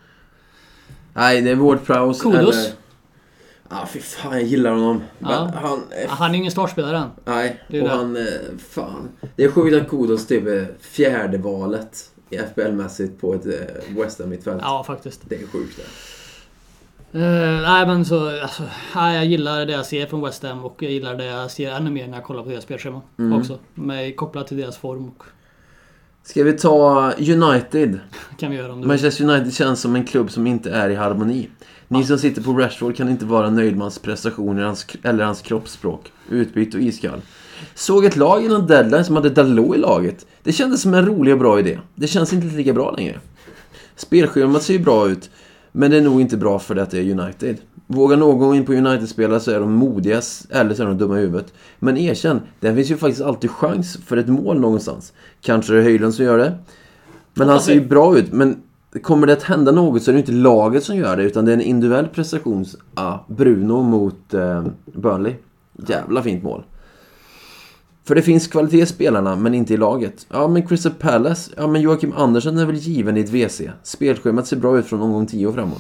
Nej, det är Ward-Prowse. Kudos. Eller... fy fan, jag gillar honom. Ja. Han är ingen startspelare än. Nej, och han... fan. Det är sjukt att Kudos typ är 4:e valet i FBL-mässigt på ett West Ham mittfält. Ja, faktiskt. Det är sjukt det. Nej, men så... Alltså, jag gillar det jag ser från West Ham och jag gillar det jag ser ännu mer när jag kollar på deras spelschema också. Kopplat till deras form. Ska vi ta United? Kan vi göra om du Manchester United känns som en klubb som inte är i harmoni. Ni som sitter på Rashford kan inte vara nöjd med hans prestationer eller hans kroppsspråk. Utbyte och iskall. Såg ett lag innan deadline som hade Dalot i laget. Det kändes som en rolig och bra idé. Det känns inte lika bra längre. Spelschemat ser ju bra ut, men det är nog inte bra för att det är United. Vågar någon gå in på United-spelare så är de modiga eller så är de dumma i huvudet. Men erkänn, det finns ju faktiskt alltid chans för ett mål någonstans. Kanske det är Höjlund som gör det. Men han ser ju bra ut. Men kommer det att hända något så är det inte laget som gör det, utan det är en individuell prestation. Bruno mot Burnley. Jävla fint mål. För det finns kvalitet i spelarna, men inte i laget. Ja, men Crystal Palace. Ja, men Joakim Andersen är väl given i ett WC. Spelschemat ser bra ut från omgång 10 och framåt.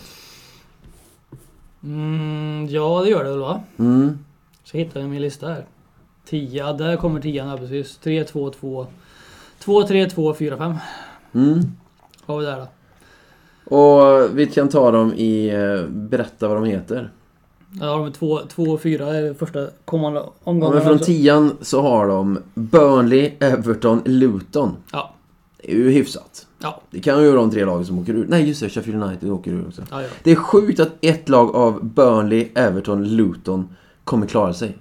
Ja, det gör det väl, va? Mm. Så hittar vi min lista här. 10, där kommer 10 här precis. 3, 2, 2. 2, 3, 2, 4, 5. Har vi där då. Och vi kan ta dem i... berätta vad de heter. Ja, de är 2 och 4 är första kommande omgången. Men från 10 så har de Burnley, Everton, Luton. Ja. Det är ju hyfsat. Ja. Det kan ju vara de 3 lagen som åker ur. Nej, just det, Sheffield United åker ur också. Ja. Det är sjukt att ett lag av Burnley, Everton, Luton kommer klara sig.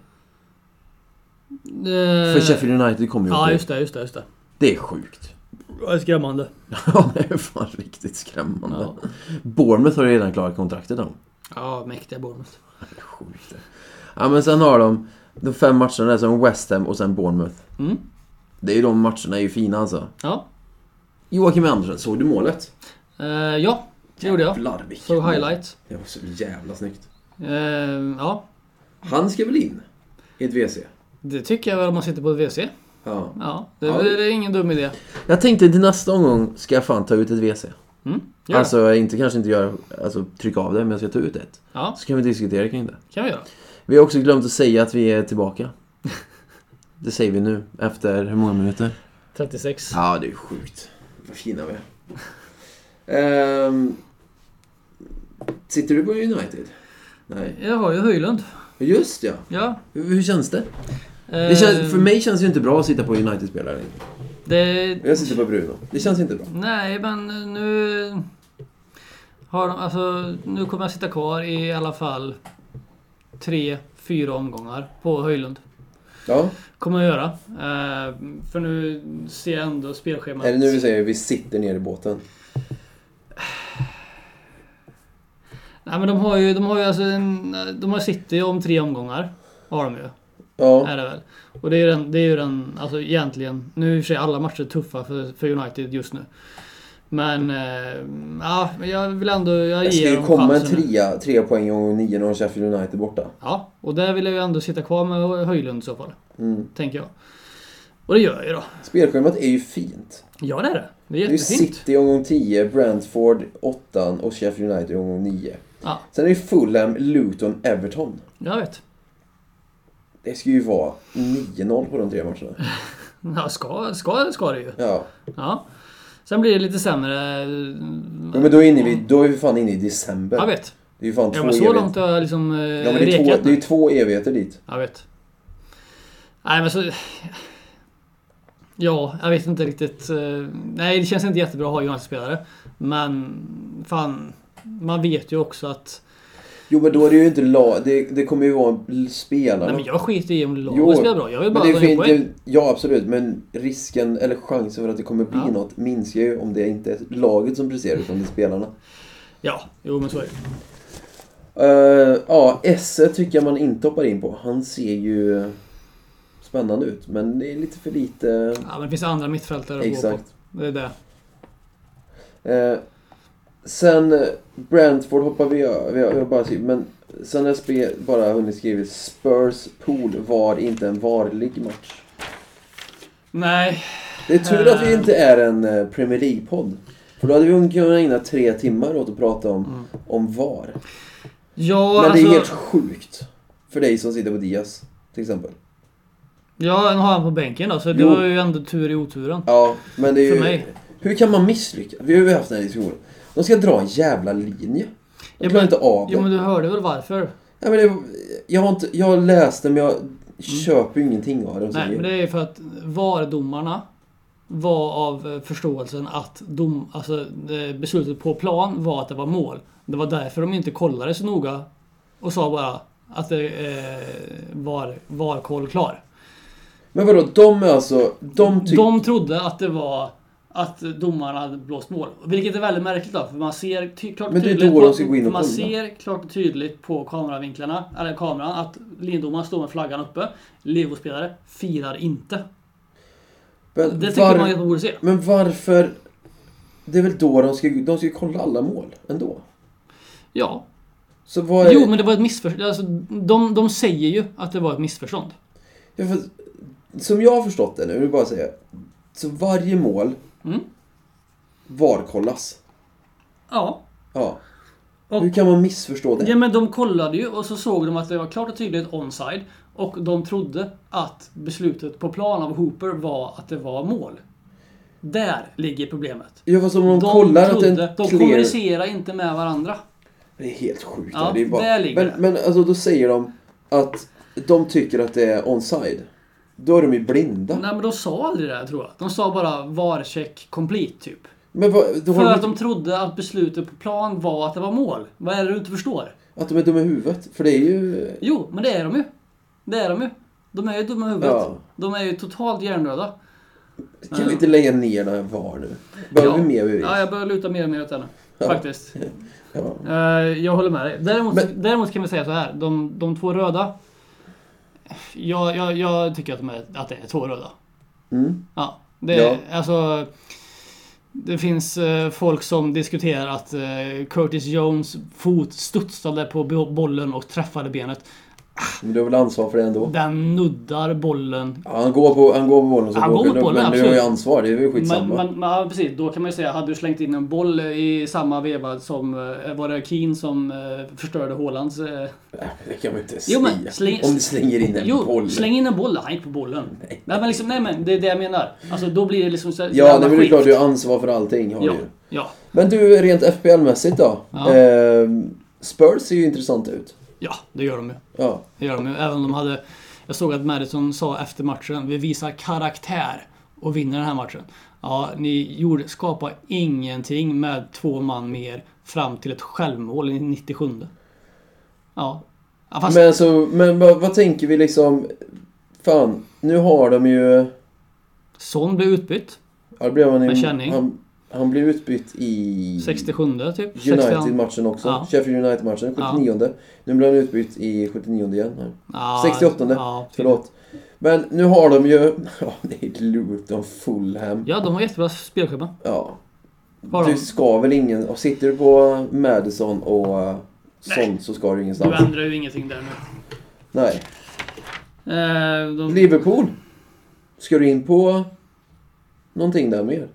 För Sheffield United kommer ju ja, just det. Det är sjukt. Det är skrämmande. Ja, det är fan riktigt skrämmande. Ja. Bournemouth har redan klarat kontraktet då. Ja, mäktiga Bournemouth. Det är sjukt. Ja, men sen har de 5 matcherna där som West Ham och sen Bournemouth. Det är ju de matcherna är ju fina alltså. Ja. Joakim Andersen, såg du målet? Ja, det gjorde jag. Såg highlights. Det var så jävla snyggt. Ja. Han ska väl in i ett WC? Det tycker jag väl om man sitter på ett WC. Ja. Det är ingen dum idé. Jag tänkte till nästa omgång ska jag fan ta ut ett WC. Alltså kanske inte göra, alltså trycka av det, men jag ska ta ut ett. Ja. Så kan vi diskutera kring det. Kan vi göra. Vi har också glömt att säga att vi är tillbaka. Det säger vi nu, efter hur många minuter? 36. Ja, det är sjukt. Vad fina vi är. Sitter du på United? Nej. Jag har ju Höjlund. Just ja. Ja. Hur känns det? För mig känns det ju inte bra att sitta på United-spelare. Jag sitter på Bruno. Det känns inte bra. Nej, men nu nu kommer jag sitta kvar i alla fall 3-4 omgångar på Höjlund. Ja. Kommer jag göra. För nu ser jag ändå spelschemat. Är det nu vi säger att vi sitter ner i båten? Nej, men de har ju City om 3 omgångar. Har de ju. Ja. Är det väl. Och det är ju den alltså egentligen, nu är sig alla matcher tuffa för United just nu. Men jag vill ändå jag ska ju komma en 3 poäng och 9 när Sheffield United borta. Ja, och där vill jag ju ändå sitta kvar med Höjlund i så fall. Tänker jag. Och det gör jag ju då. Spelschemat är ju fint. Ja, det är det. Det är jättefint. Det är City omgång 10, Brentford 8 och Sheffield United omgång 9. Ja. Sen är det Fulham, Luton, Everton. Jag vet. Det ska ju vara 9-0 på de 3 matcherna. Ja, ska det ju. Ja. Sen blir det lite sämre. Ja, men då är vi fan inne i december. Jag vet. Det är ju fan 2 men så evigheter. långt har jag liksom ja, men det är ju 2 evigheter dit. Jag vet. Nej, men så... Ja, jag vet inte riktigt. Nej, det känns inte jättebra att ha United-spelare. Men fan, man vet ju också att... Jo, men då är det ju inte det kommer ju vara spelarna. Nej, men jag skiter i om laget spelar bra. Jag vill bara ha poäng. Ja, absolut. Men risken eller chansen för att det kommer bli något minskar ju om det inte är laget som presterar utan det är spelarna. Ja, jo men så är det. Esse tycker jag man inte hoppar in på. Han ser ju spännande ut. Men det är lite för lite... Ja, men det finns andra mittfältare att gå på. Det är det. Sen Brentford hoppar vi har bara skrivit, men sen har jag bara hunnit skrivit Spurs Pool var inte en varlig match. Nej. Det är tur att vi inte är en Premier League-podd. För då hade vi kunnat ägna 3 timmar åt att prata om VAR. Ja, men det är helt sjukt för dig som sitter på Diaz till exempel. Ja, nu har han på bänken då, så det var ju ändå tur i oturen. Ja, men det är ju... För mig. Hur kan man misslyckas? Vi har ju haft den här diskussionen. De ska dra en jävla linje. Jag klarar inte av det. Jo, men du hörde väl varför? Ja, men jag läste, men jag köper ju ingenting av det. Nej, men det är för att VAR-domarna var av förståelsen att beslutet på plan var att det var mål. Det var därför de inte kollade så noga och sa bara att det var koll klar. Men vadå, de trodde att det var att domarna hade blåst mål. Vilket är väldigt märkligt då, för man ser klart och tydligt klart och tydligt på kameravinklarna, eller kameran, att lindomaren står med flaggan uppe. Levospelare firar inte. Men det tycker man att man borde se. Men varför? Det är väl då de ska kolla alla mål ändå? Ja. Så vad är... Jo, men det var ett missförstånd. Alltså, de säger ju att det var ett missförstånd. Ja, för, som jag har förstått det nu, vill bara säga. Så varje mål varkollas. Ja. Ja. Och hur kan man missförstå det? Ja, men de kollade ju och så såg de att det var klart och tydligt onside. Och de trodde att beslutet på plan av Hooper var att det var mål. Där ligger problemet. Ja, fast om de kollar trodde, att de kommunicerar inte med varandra. Det är helt sjukt. Ja, det är bara... där ligger men alltså då säger de att de tycker att det är onside. Då är de ju blinda. Nej, men de sa aldrig det, tror jag. De sa bara VAR-check complete, typ. Men för att de trodde att beslutet på plan var att det var mål. Vad är det du inte förstår? Att de är dumma i huvudet. För det är ju... Jo, men det är de ju. Det är de ju. De är ju dumma i huvudet. Ja. De är ju totalt hjärndöda. Kan vi inte lägga ner den här VAR nu? Behöver vi mer bevis? Ja, jag börjar luta mer och mer åt henne. Ja. Faktiskt. Ja. Jag håller med dig. Däremot kan vi säga så här. De två röda. Jag tycker att det är två röda. Mm. Ja. Alltså... Det finns folk som diskuterar att Curtis Jones fot studsade på bollen och träffade benet. Men du har väl ansvar för det ändå? Den nuddar bollen. Ja, han går på bollen så går på bollen, men du har ju ansvar, det är ju skitsamma. Men ja, precis, då kan man ju säga, hade du slängt in en boll i samma veva som var det Keane som förstörde Haalands... Det kan man ju inte säga. Om du slänger in en boll. Släng in en boll, han gick på bollen. Nej. Men det är det jag menar. Alltså då blir det liksom så. Ja, det är väl klart du har ansvar för allting har du. Ja. Men du, rent FPL-mässigt då? Ja. Spurs ser ju intressant ut. Ja, det gör de ju. Ja. Det gör de ju. Även om de hade... Jag såg att Madison sa efter matchen, vi visar karaktär och vinner den här matchen. Ja, ni skapade ingenting med 2 man mer fram till ett självmål i 97. Ja. Fast... Men vad tänker vi liksom... Fan, nu har de ju... Son blev utbytt. Ja, det blev med känning. Han blev utbytt i... 67 typ. United-matchen också. Ja. Sheffield United-matchen, 79. Ja. Nu blev han utbytt i 79 igen. Här. Ja, 68. Ja, förlåt. Men nu har de ju... Ja, det är Luton, Fulham. Ja, de har jättebra spelschema. Ja. Du ska väl ingen... Och sitter du på Madison och sånt så ska du ingenstans. Du ändrar ju ingenting där nu. Nej. Liverpool. Ska du in på någonting där mer?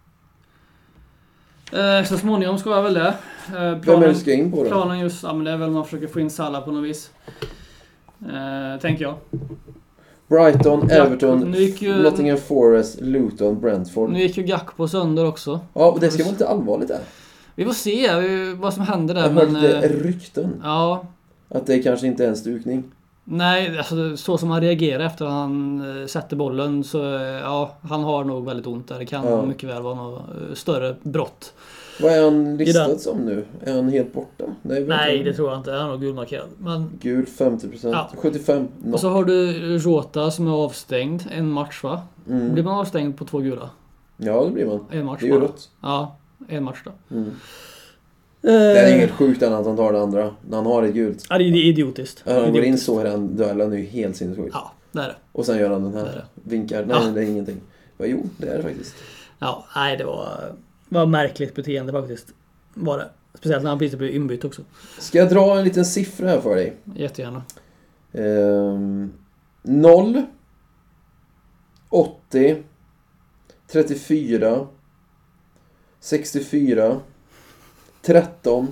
Så småningom ska jag väl det. Vem är du ska in på då? Planen just, ja, men det är väl man försöker få in Salah på något vis. Tänker jag. Brighton, Everton, Nottingham Forest, Luton, Brentford. Nu gick ju Gack på sönder också. Ja, och det ska vara lite allvarligt där. Vi får se vad som händer där. Jag hörde lite rykten. Ja. Att det kanske inte är en stukning. Nej, alltså, så som han reagerar efter att han sätter bollen så ja, han har nog väldigt ont där. Det kan mycket väl vara något större brott. Vad är han listad som nu? Är han helt borta? Nej, det tror jag inte. Han är nog gulmarkerad. Men... Gul 50%. Ja. 75. Och så har du Jota som är avstängd en match, va? Blir man avstängd på 2 gula? Ja, det blir man. En match. Det är ju rött. Ja, en match då. Det är inget sjukt än att han tar det andra. När han har ett gult. Ja, det är idiotiskt. Han går in så i den duellen nu helt sinnessjukt. Ja, det är det. Och sen gör han den här. Vinkar. Nej, det är ingenting. Men jo, det är det faktiskt. Ja, nej, det var märkligt beteende faktiskt. Var det. Speciellt när han precis blev inbytt också. Ska jag dra en liten siffra här för dig? Jättegärna. 0 80 34 64 13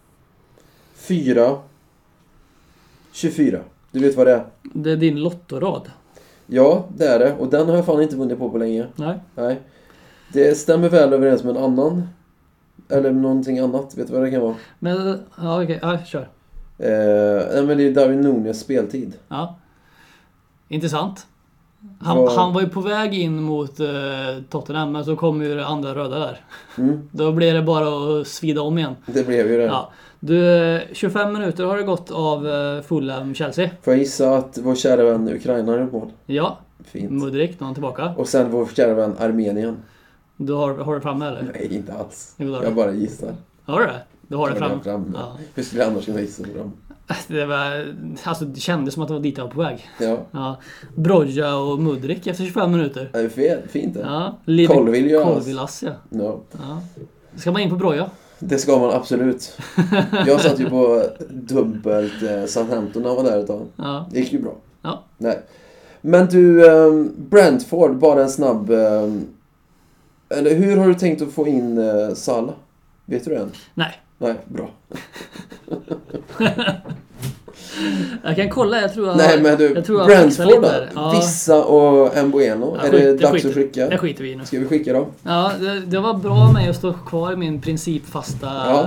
4 24. Du vet vad det är? Det är din lottorad. Ja, det är det. Och den har jag fan inte vunnit på länge. Nej. Det stämmer väl överens med en annan. Eller någonting annat. Vet du vad det kan vara? Men, ja okej. Ja, kör. Men det är Darwin Núñez speltid. Ja. Intressant. Han var ju på väg in mot Tottenham, men så kom ju det andra röda där. Då blev det bara att svida om igen. Det blev ju det. Ja. Du, 25 minuter har det gått av Fulham-Chelsea. Får jag gissa att vår kära vän Ukraina är på mål? Ja. Fint. Mudrik, någon tillbaka. Och sen vår kära vän Armenien. Du har det framme eller? Nej, inte alls. Jag bara gissar. Har du det? Du har det framme? Ja. Hur skulle jag annars kunna gissa på dem? Det kändes som att det var dit jag var på väg. Ja. Broja och Mudrik efter 25 minuter. Det är fel, fint det. Ja. Kolvilas. Ja. Ska man in på Broja? Det ska man absolut. Jag satt ju på dubbelt Southampton när jag var där ett tag. Ja. Det gick ju bra. Ja. Nej. Men du, Brentford, bara en snabb... eller hur har du tänkt att få in Salah? Vet du det än? Nej, bra. jag kan kolla, jag tror att... Nej, men du, Brentford då? Vissa och Mbueno. Är det dags att skicka? Det skiter vi i nu. Ska vi skicka dem? Ja, det var bra med att stå kvar i min principfasta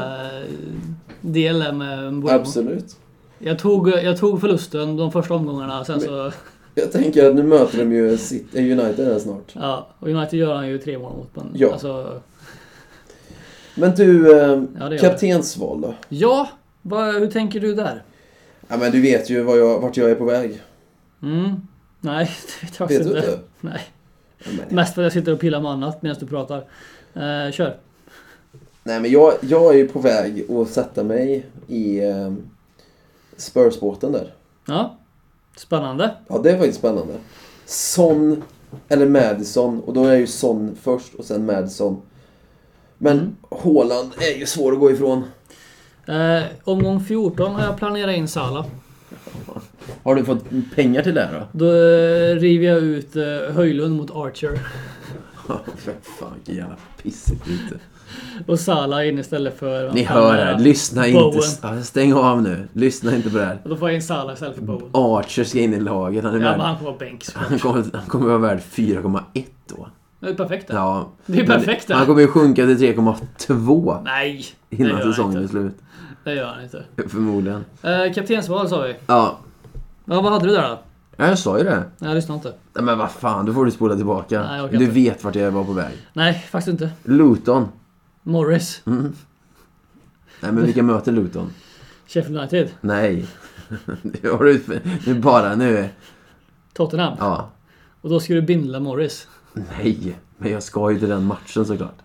del med Mbueno. Absolut. Jag tog förlusten de första omgångarna, sen så... Jag tänker att nu möter de ju United här snart. Ja, och United gör han ju 3 mål mot. Men, ja. Alltså... Men du, kaptensval då? Ja, hur tänker du där? Ja, men du vet ju vart jag är på väg. Nej, det vet jag inte. Nej. Mest för att jag sitter och pillar med annat medan du pratar. Kör. Nej, men jag är ju på väg att sätta mig i Spurs-båten där. Ja, spännande. Ja, det är faktiskt spännande. Son eller Madison. Och då är ju Son först och sen Madison. Men Haaland är ju svår att gå ifrån. Omgång 14 har jag planerat in Salah. Har du fått pengar till det då? Då river jag ut Höjlund mot Archer. För fan, jävla pissigt ute. Och Salah in istället för... Ni hör det, lyssna Bowen. Inte. Stäng av nu, lyssna inte på det här. Och då får jag in Salah istället för Bowen. Archer ska in i laget. Han kommer vara bänk. Han kommer vara värd 4,1 då. Det är perfekt. Ja. Det är perfekt. Han kommer ju sjunka till 3,2. Nej. Innan säsongen är slut. Det gör han inte. Förmodligen. Kaptensval sa vi. Ja. Ja, vad hade du där då? Ja, jag sa ju det. Jag lyssnade inte. Nej, men vad fan, då får du spola tillbaka. Nej, du vet vart jag var på väg. Nej, faktiskt inte. Luton. Morris. Nej, men vilka möter Luton? Sheffield United. Nej. Nu bara nu. Tottenham. Ja. Och då ska du bindla Morris. Nej, men jag ska ju till den matchen såklart.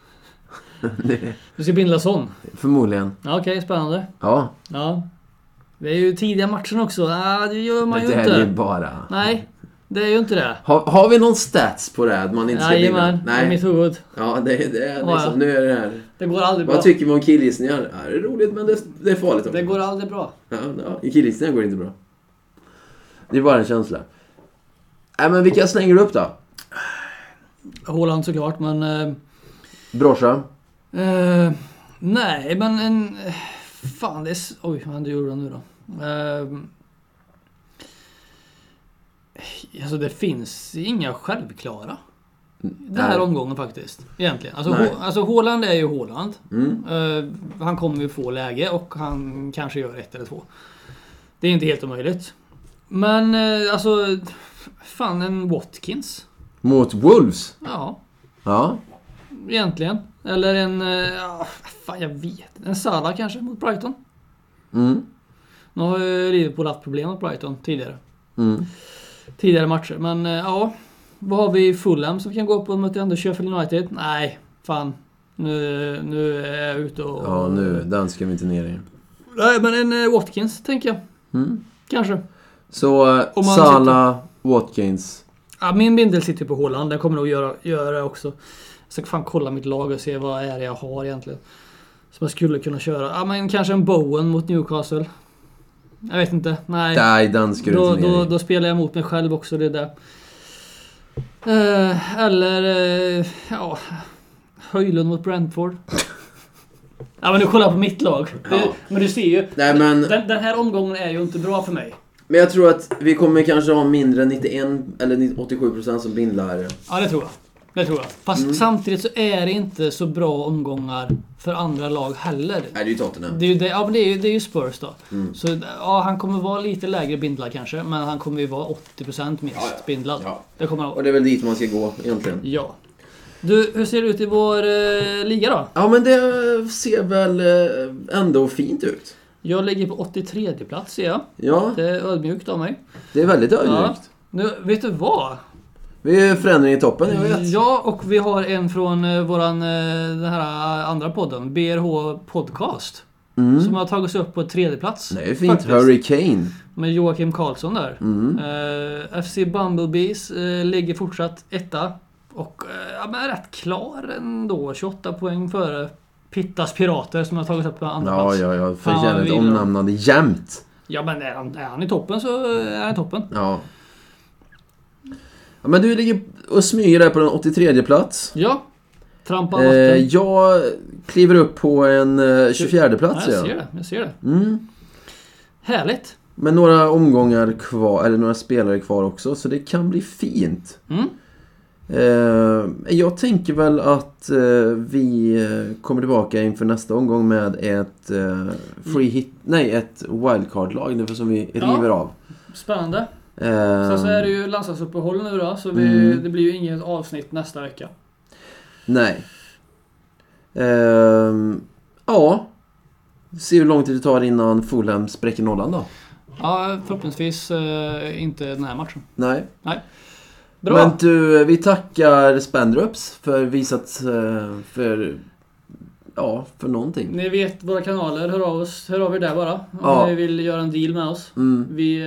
Du ska bindla Son. Förmodligen. Ja, okej, spännande. Ja. Det är ju tidiga matchen också. Det gör man ju inte. Det är ju bara... Nej, det är ju inte det. Har vi någon stats på det att man inte ska binda? Nej, i mitt huvud. Ja, det är liksom, nu är det här. Det går aldrig bra. Vad tycker man om killgissningar? Ja, det är roligt, men det är farligt också. Det går aldrig bra. Ja, i killgissningar går det inte bra. Det är bara en känsla. Nej, men vilka slänger du upp då? Haaland såklart, men... Brocha? Nej, men en... Fan, det är... Oj, vad gjorde han nu då? Alltså, det finns inga självklara. Den här omgången faktiskt, egentligen. Alltså Haaland är ju Haaland. Han kommer ju få läge och han kanske gör 1 eller 2. Det är inte helt omöjligt. Men, alltså... Fan, en Watkins. Mot Wolves? Ja. Egentligen. Eller en... fan, jag vet. En Salah kanske mot Brighton. Nu har ju Liverpool haft problem mot Brighton tidigare. Tidigare matcher. Men vad har vi Fulham som vi kan gå på mot ändå Sheffield United? Nej, fan. Nu är jag ute och... Ja, nu. Den ska vi inte ner i. Nej, men en Watkins tänker jag. Kanske. Så Salah, Watkins... Ja, min bindel sitter på Haaland. Den kommer nog göra också. Jag ska fan kolla mitt lag och se vad är det jag har egentligen. Som jag skulle kunna köra. Ja, men kanske en Bowen mot Newcastle. Jag vet inte. Nej, den ska du inte ner i. Då spelar jag mot mig själv också. Det där. Eller... Höjlund mot Brentford. Ja, men nu kollar jag på mitt lag. Men du ser ju. Nej, men... Den här omgången är ju inte bra för mig. Men jag tror att vi kommer kanske ha mindre än 91 eller 87% som bindlar. Ja, det tror jag. Det tror jag. Fast samtidigt så är det inte så bra omgångar för andra lag heller. Nej, det är ju Tottenham. Det är ju Spurs då. Så ja, han kommer vara lite lägre bindlad kanske. Men han kommer ju vara 80% minst bindlad. Ja. Det kommer han. Och det är väl dit man ska gå egentligen. Ja. Du, hur ser det ut i vår liga då? Ja, men det ser väl ändå fint ut. Jag ligger på 83 plats, ser jag. Ja. Det är ödmjukt av mig. Det är väldigt ödmjukt. Ja. Nu, vet du vad? Vi är förändring i toppen, jag vet. Ja, och vi har en från våran den här andra podden, BRH Podcast. Som har tagit sig upp på 3:e plats. Det är fint. Hurricane. Med Joakim Karlsson där. FC Bumblebees ligger fortsatt etta. Och men rätt klar ändå. 28 poäng före Pittas Pirater som har tagit upp på andra plats. Ja. Förtjänar ett omnamnande jämt. Ja, men är han i toppen så är han i toppen. Ja. Men du ligger och smyger där på den 83:e plats. Ja. Trampa vatten. Jag kliver upp på en 24:e plats. Ja, jag ser det. Härligt. Men några omgångar kvar, eller några spelare kvar också, så det kan bli fint. Jag tänker väl att vi kommer tillbaka inför nästa omgång med ett free hit, ett wildcard-lag nu som vi river av. Spännande. Sen så är det ju landslagsuppehåll nu då, så det blir ju inget avsnitt nästa vecka. Nej. Se hur lång tid det tar innan Fulham spräcker nollan då. Ja, förhoppningsvis inte den här matchen. Nej. Bra. Men du, vi tackar Spendrups för visat för någonting. Ni vet våra kanaler, hör av er där bara om ni vill göra en deal med oss. Vi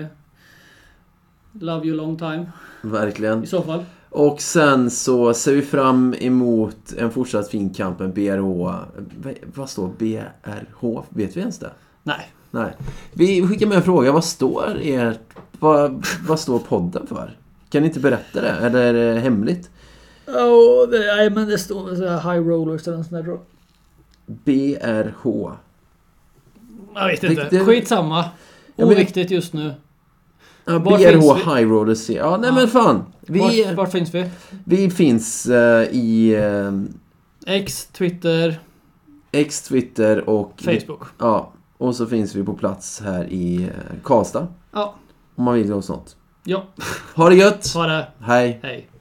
love you long time. Verkligen. I så fall. Och sen så ser vi fram emot en fortsatt fin kamp med BRH. Vad står BRH? Vet vi ens det? Nej. Vi skickar med en fråga. Vad står podden för? Kan ni inte berätta det? Eller är det hemligt? Nej, men det står så här High Rollers eller sån där. BRH. Jag vet inte. Skitsamma. Oviktigt just nu. Ja, BRH High Rollers. Ja, nej men fan. Vart finns vi? Vi finns i X, Twitter och Facebook. Ja, och så finns vi på plats här i Karlstad. Ja. Om man vill och sånt. Ja. Ha det gött. Ha det. Hej. Hej.